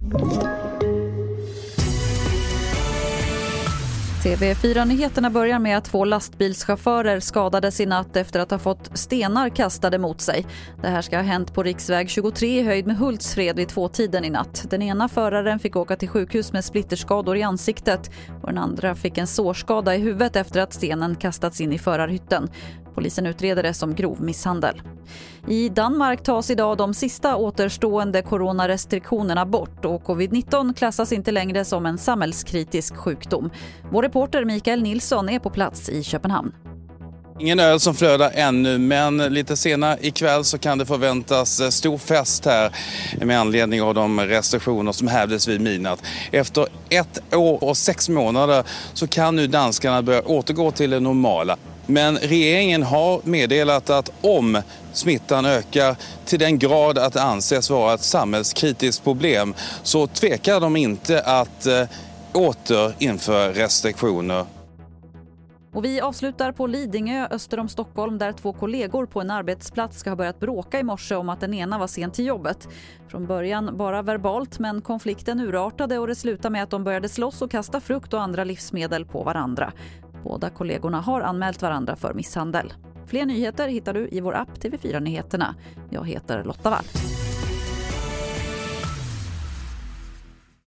TV4-nyheterna börjar med att 2 lastbilschaufförer skadades i natt efter att ha fått stenar kastade mot sig. Det här ska ha hänt på riksväg 23 i höjd med Hultsfred vid 2-tiden i natt. Den ena föraren fick åka till sjukhus med splitterskador i ansiktet och den andra fick en sårskada i huvudet efter att stenen kastats in i förarhytten. Polisen utreder det som grov misshandel. I Danmark tas idag de sista återstående coronarestriktionerna bort och covid-19 klassas inte längre som en samhällskritisk sjukdom. Vår reporter Mikael Nilsson är på plats i Köpenhamn. Ingen öl som flödar ännu, men lite senare ikväll så kan det förväntas stor fest här med anledning av de restriktioner som hävdes vid midnatt. Efter 1 år och 6 månader så kan nu danskarna börja återgå till det normala. Men regeringen har meddelat att om smittan ökar till den grad att det anses vara ett samhällskritiskt problem så tvekar de inte att åter införa restriktioner. Och vi avslutar på Lidingö öster om Stockholm där 2 kollegor på en arbetsplats ska ha börjat bråka i morse om att den ena var sen till jobbet. Från början bara verbalt, men konflikten urartade och det slutade med att de började slåss och kasta frukt och andra livsmedel på varandra. Båda kollegorna har anmält varandra för misshandel. Fler nyheter hittar du i vår app TV4 Nyheterna. Jag heter Lotta Wall.